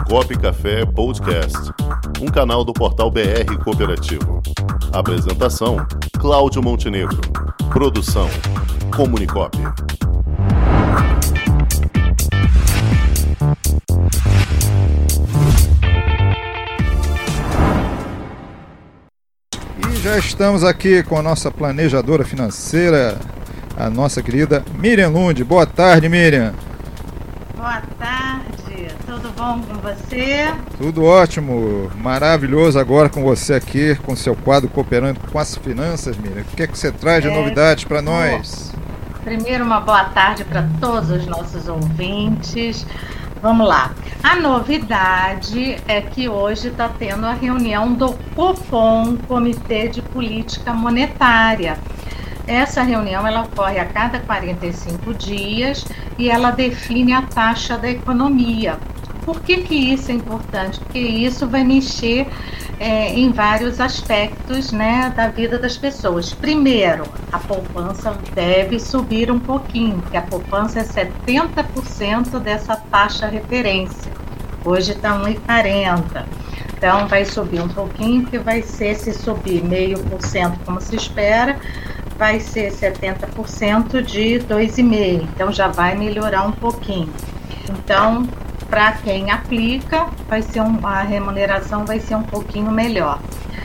Comunicop Café Podcast, um canal do portal BR Cooperativo. Apresentação: Cláudio Montenegro. Produção: Comunicop. E já estamos aqui com a nossa planejadora financeira, a nossa querida Miriam Lund. Boa tarde, Miriam. Boa tarde, tudo bom com você? Tudo ótimo, maravilhoso agora com você aqui, com seu quadro Cooperando com as Finanças, Miriam. O que é que você traz de novidades para nós? Primeiro, uma boa tarde para todos os nossos ouvintes. Vamos lá. A novidade é que hoje está tendo a reunião do COPOM, Comitê de Política Monetária. Essa reunião ela ocorre a cada 45 dias e ela define a taxa da economia. Por que isso é importante? Porque isso vai mexer em vários aspectos, né, da vida das pessoas. Primeiro, a poupança deve subir um pouquinho, porque a poupança é 70% dessa taxa referência. Hoje está 1,40%. Então vai subir um pouquinho, que vai ser, se subir 0,5% como se espera, vai ser 70% de 2,5%, então já vai melhorar um pouquinho. Então, para quem aplica, a remuneração vai ser um pouquinho melhor.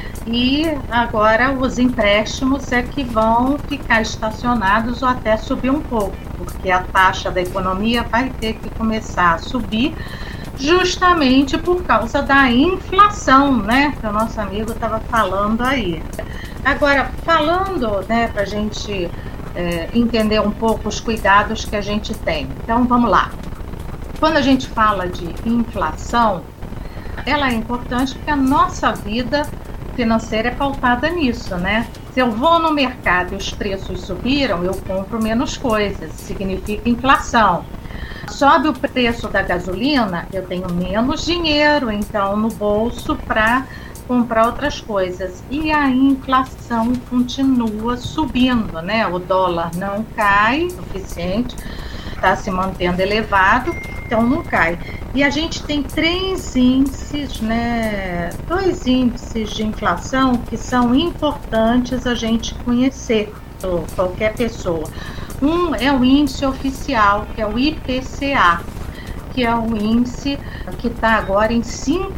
E agora os empréstimos é que vão ficar estacionados ou até subir um pouco, porque a taxa da economia vai ter que começar a subir justamente por causa da inflação, né, que o nosso amigo estava falando aí. Agora, falando, né, para a gente entender um pouco os cuidados que a gente tem. Então, vamos lá. Quando a gente fala de inflação, ela é importante porque a nossa vida financeira é pautada nisso, né? Se eu vou no mercado e os preços subiram, eu compro menos coisas, significa inflação. Sobe o preço da gasolina, eu tenho menos dinheiro, então, no bolso para comprar outras coisas. E a inflação continua subindo, né? O dólar não cai o suficiente, está se mantendo elevado, então não cai. E a gente tem três índices, né? Dois índices de inflação que são importantes a gente conhecer, qualquer pessoa. Um é o índice oficial, que é o IPCA, que é um índice que está agora em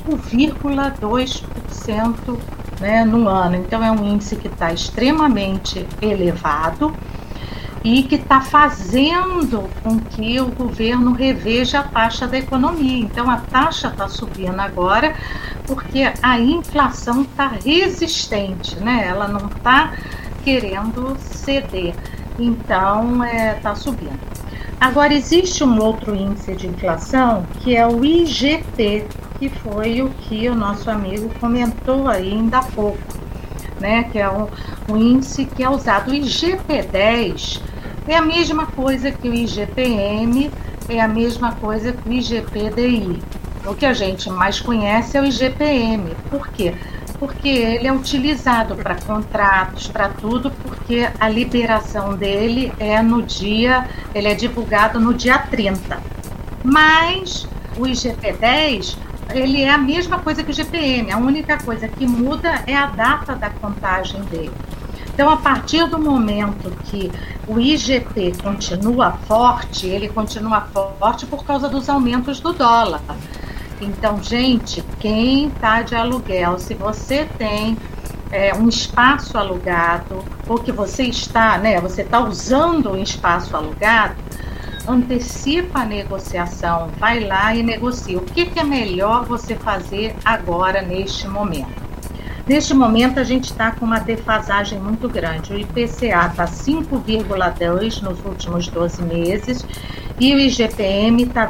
5,2%, né, no ano. Então é um índice que está extremamente elevado e que está fazendo com que o governo reveja a taxa da economia. Então a taxa está subindo agora porque a inflação está resistente, né? Ela não está querendo ceder. Então está subindo. Agora, existe um outro índice de inflação, que é o IGP, que foi o que o nosso amigo comentou ainda há pouco, né? Que é um índice que é usado. O IGP-10 é a mesma coisa que o IGPM, é a mesma coisa que o IGPDI. O que a gente mais conhece é o IGPM. Por quê? Porque ele é utilizado para contratos, para tudo, porque a liberação dele ele é divulgado no dia 30. Mas o IGP-10, ele é a mesma coisa que o IGPM, a única coisa que muda é a data da contagem dele. Então, a partir do momento que o IGP continua forte, ele continua forte por causa dos aumentos do dólar. Então, gente, quem está de aluguel, se você tem um espaço alugado, ou que você está usando um espaço alugado, antecipa a negociação, vai lá e negocia. O que é melhor você fazer agora, neste momento? Neste momento, a gente está com uma defasagem muito grande. O IPCA está 5,2% nos últimos 12 meses e o IGPM está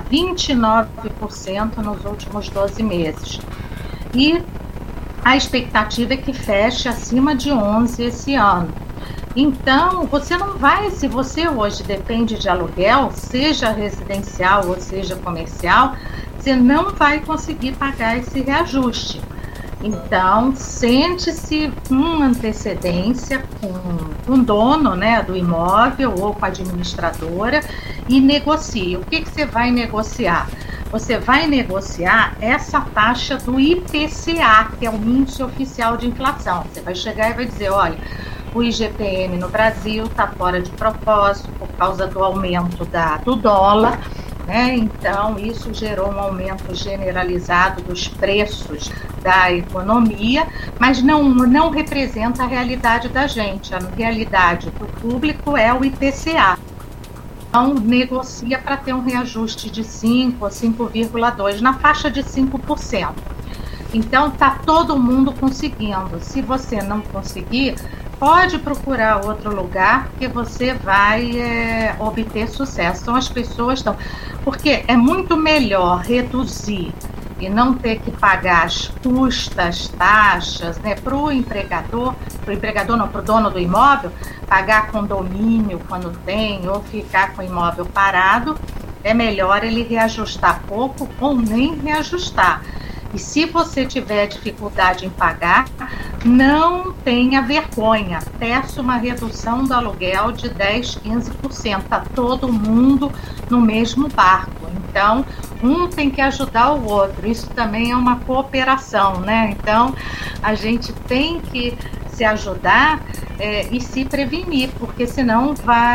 29% nos últimos 12 meses. E a expectativa é que feche acima de 11% esse ano. Então, você não vai, se você hoje depende de aluguel, seja residencial ou seja comercial, você não vai conseguir pagar esse reajuste. Então, sente-se com antecedência com o dono, né, do imóvel ou com a administradora e negocie. O que você vai negociar? você vai negociar essa taxa do IPCA, que é o Índice Oficial de Inflação. Você vai chegar e vai dizer, olha, o IGPM no Brasil está fora de propósito por causa do aumento do dólar, né? Então, isso gerou um aumento generalizado dos preços da economia, mas não representa a realidade da gente. A realidade do público é o IPCA. Então, negocia para ter um reajuste de 5 ou 5,2%, na faixa de 5%. Então, está todo mundo conseguindo. Se você não conseguir, pode procurar outro lugar que você vai obter sucesso. Então, as pessoas estão... Porque é muito melhor reduzir e não ter que pagar as custas, taxas, né, para o empregador não, para o dono do imóvel, pagar condomínio quando tem, ou ficar com o imóvel parado. É melhor ele reajustar pouco ou nem reajustar. E se você tiver dificuldade em pagar, não tenha vergonha, peça uma redução do aluguel de 10%, 15%, está todo mundo no mesmo barco. Então, um tem que ajudar o outro, isso também é uma cooperação, né? Então, a gente tem que se ajudar e se prevenir, porque senão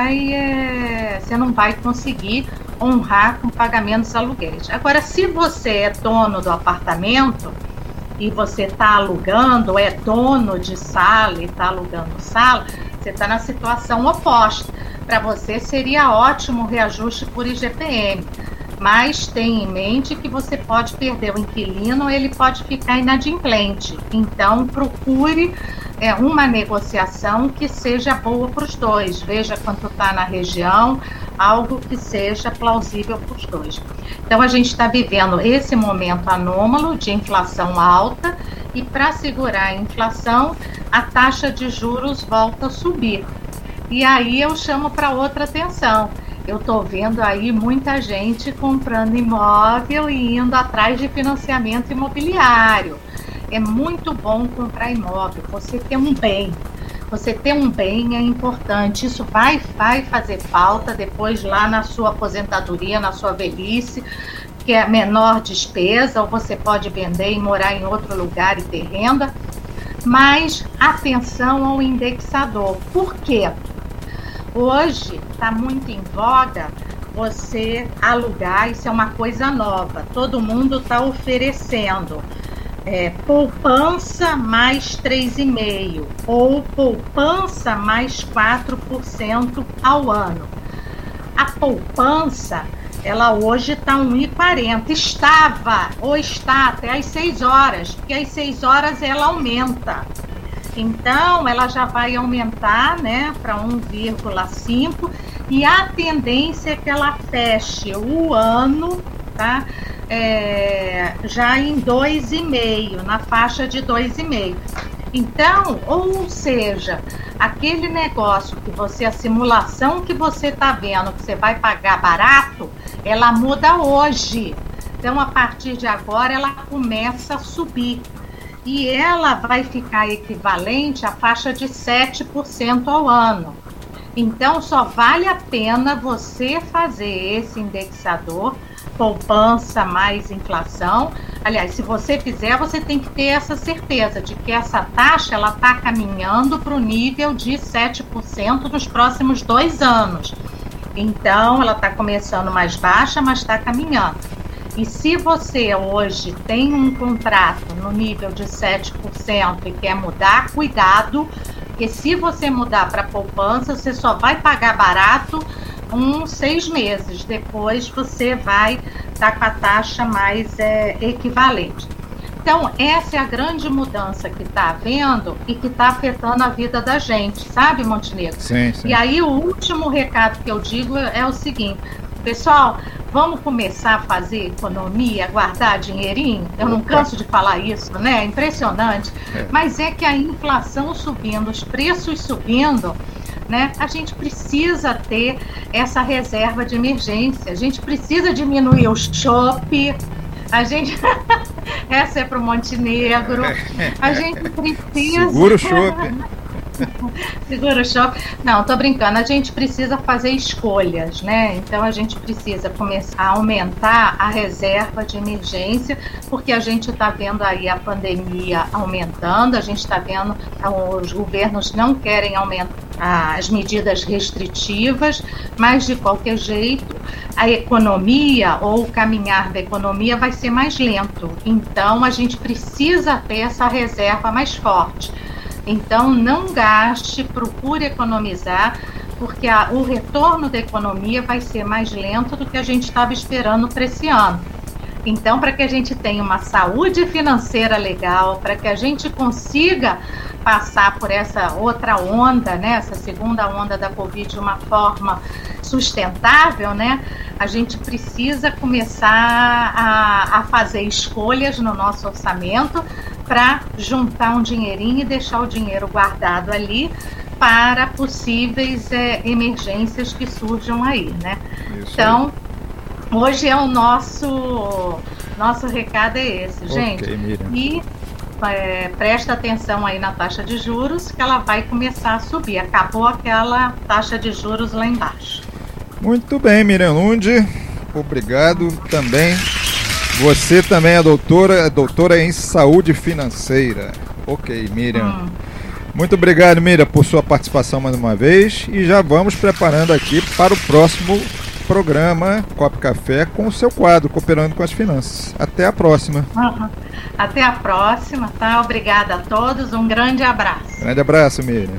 você não vai conseguir honrar com pagamentos aluguéis. Agora, se você é dono do apartamento e você está alugando, ou é dono de sala e está alugando sala, você está na situação oposta. Para você seria ótimo o reajuste por IGPM, mas tenha em mente que você pode perder o inquilino, ele pode ficar inadimplente. Então, procure uma negociação que seja boa para os dois. Veja quanto está na região, algo que seja plausível para os dois. Então, a gente está vivendo esse momento anômalo de inflação alta e, para segurar a inflação, a taxa de juros volta a subir. E aí eu chamo para outra atenção. Eu estou vendo aí muita gente comprando imóvel e indo atrás de financiamento imobiliário. É muito bom comprar imóvel, você ter um bem. Você ter um bem é importante, isso vai fazer falta depois lá na sua aposentadoria, na sua velhice, que é menor despesa, ou você pode vender e morar em outro lugar e ter renda. Mas atenção ao indexador. Por quê? Hoje está muito em voga você alugar, isso é uma coisa nova, todo mundo está oferecendo poupança mais 3,5% ou poupança mais 4% ao ano. A poupança, ela hoje está 1,40%, estava ou está até às 6 horas, porque às 6 horas ela aumenta. Então, ela já vai aumentar, né, para 1,5%, e a tendência é que ela feche o ano, tá, já em 2,5%, na faixa de 2,5%. Então, ou seja, aquele negócio que a simulação que você está vendo, que você vai pagar barato, ela muda hoje. Então, a partir de agora, ela começa a subir. E ela vai ficar equivalente à faixa de 7% ao ano. Então, só vale a pena você fazer esse indexador, poupança mais inflação. Aliás, se você fizer, você tem que ter essa certeza de que essa taxa ela está caminhando para o nível de 7% nos próximos 2 anos. Então, ela está começando mais baixa, mas está caminhando. E se você hoje tem um contrato no nível de 7% e quer mudar, cuidado, porque se você mudar para poupança, você só vai pagar barato uns 6 meses. Depois você vai estar com a taxa mais equivalente. Então, essa é a grande mudança que está havendo e que está afetando a vida da gente, sabe, Montenegro? Sim, sim. E aí, o último recado que eu digo é o seguinte: pessoal, vamos começar a fazer economia, guardar dinheirinho? Eu não canso de falar isso, né? É impressionante. Mas é que a inflação subindo, os preços subindo, né? A gente precisa ter essa reserva de emergência. A gente precisa diminuir o chope. A gente... Essa é para o Montenegro. A gente precisa... Segura o chope. Segura o choque. Não, tô brincando. A gente precisa fazer escolhas, né? Então a gente precisa começar a aumentar a reserva de emergência, porque a gente está vendo aí a pandemia aumentando, a gente está vendo os governos não querem aumentar as medidas restritivas, mas de qualquer jeito a economia ou o caminhar da economia vai ser mais lento. Então a gente precisa ter essa reserva mais forte. Então, não gaste, procure economizar, porque o retorno da economia vai ser mais lento do que a gente estava esperando para esse ano. Então, para que a gente tenha uma saúde financeira legal, para que a gente consiga passar por essa outra onda, né, essa segunda onda da Covid de uma forma sustentável, né, a gente precisa começar a fazer escolhas no nosso orçamento para juntar um dinheirinho e deixar o dinheiro guardado ali para possíveis emergências que surjam aí, né? Isso então, aí. Hoje é o nosso recado é esse, gente. Miriam. E presta atenção aí na taxa de juros, que ela vai começar a subir. Acabou aquela taxa de juros lá embaixo. Muito bem, Miriam Lund. Obrigado também. Você também é doutora em saúde financeira. Ok, Miriam. Muito obrigado, Miriam, por sua participação mais uma vez. E já vamos preparando aqui para o próximo programa Copo Café com o seu quadro Cooperando com as Finanças. Até a próxima. Até a próxima, tá? Obrigada a todos. Um grande abraço. Grande abraço, Miriam.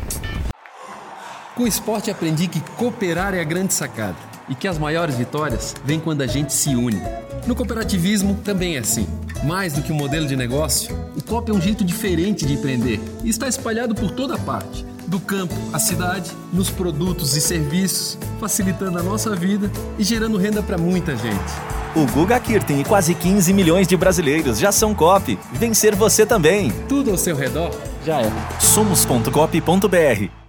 Com o esporte aprendi que cooperar é a grande sacada e que as maiores vitórias vêm quando a gente se une. No cooperativismo também é assim. Mais do que um modelo de negócio, o COP é um jeito diferente de empreender e está espalhado por toda parte, do campo à cidade, nos produtos e serviços, facilitando a nossa vida e gerando renda para muita gente. O Guga Kirten e quase 15 milhões de brasileiros já são COP. Vencer você também. Tudo ao seu redor já é. Somos.cop.br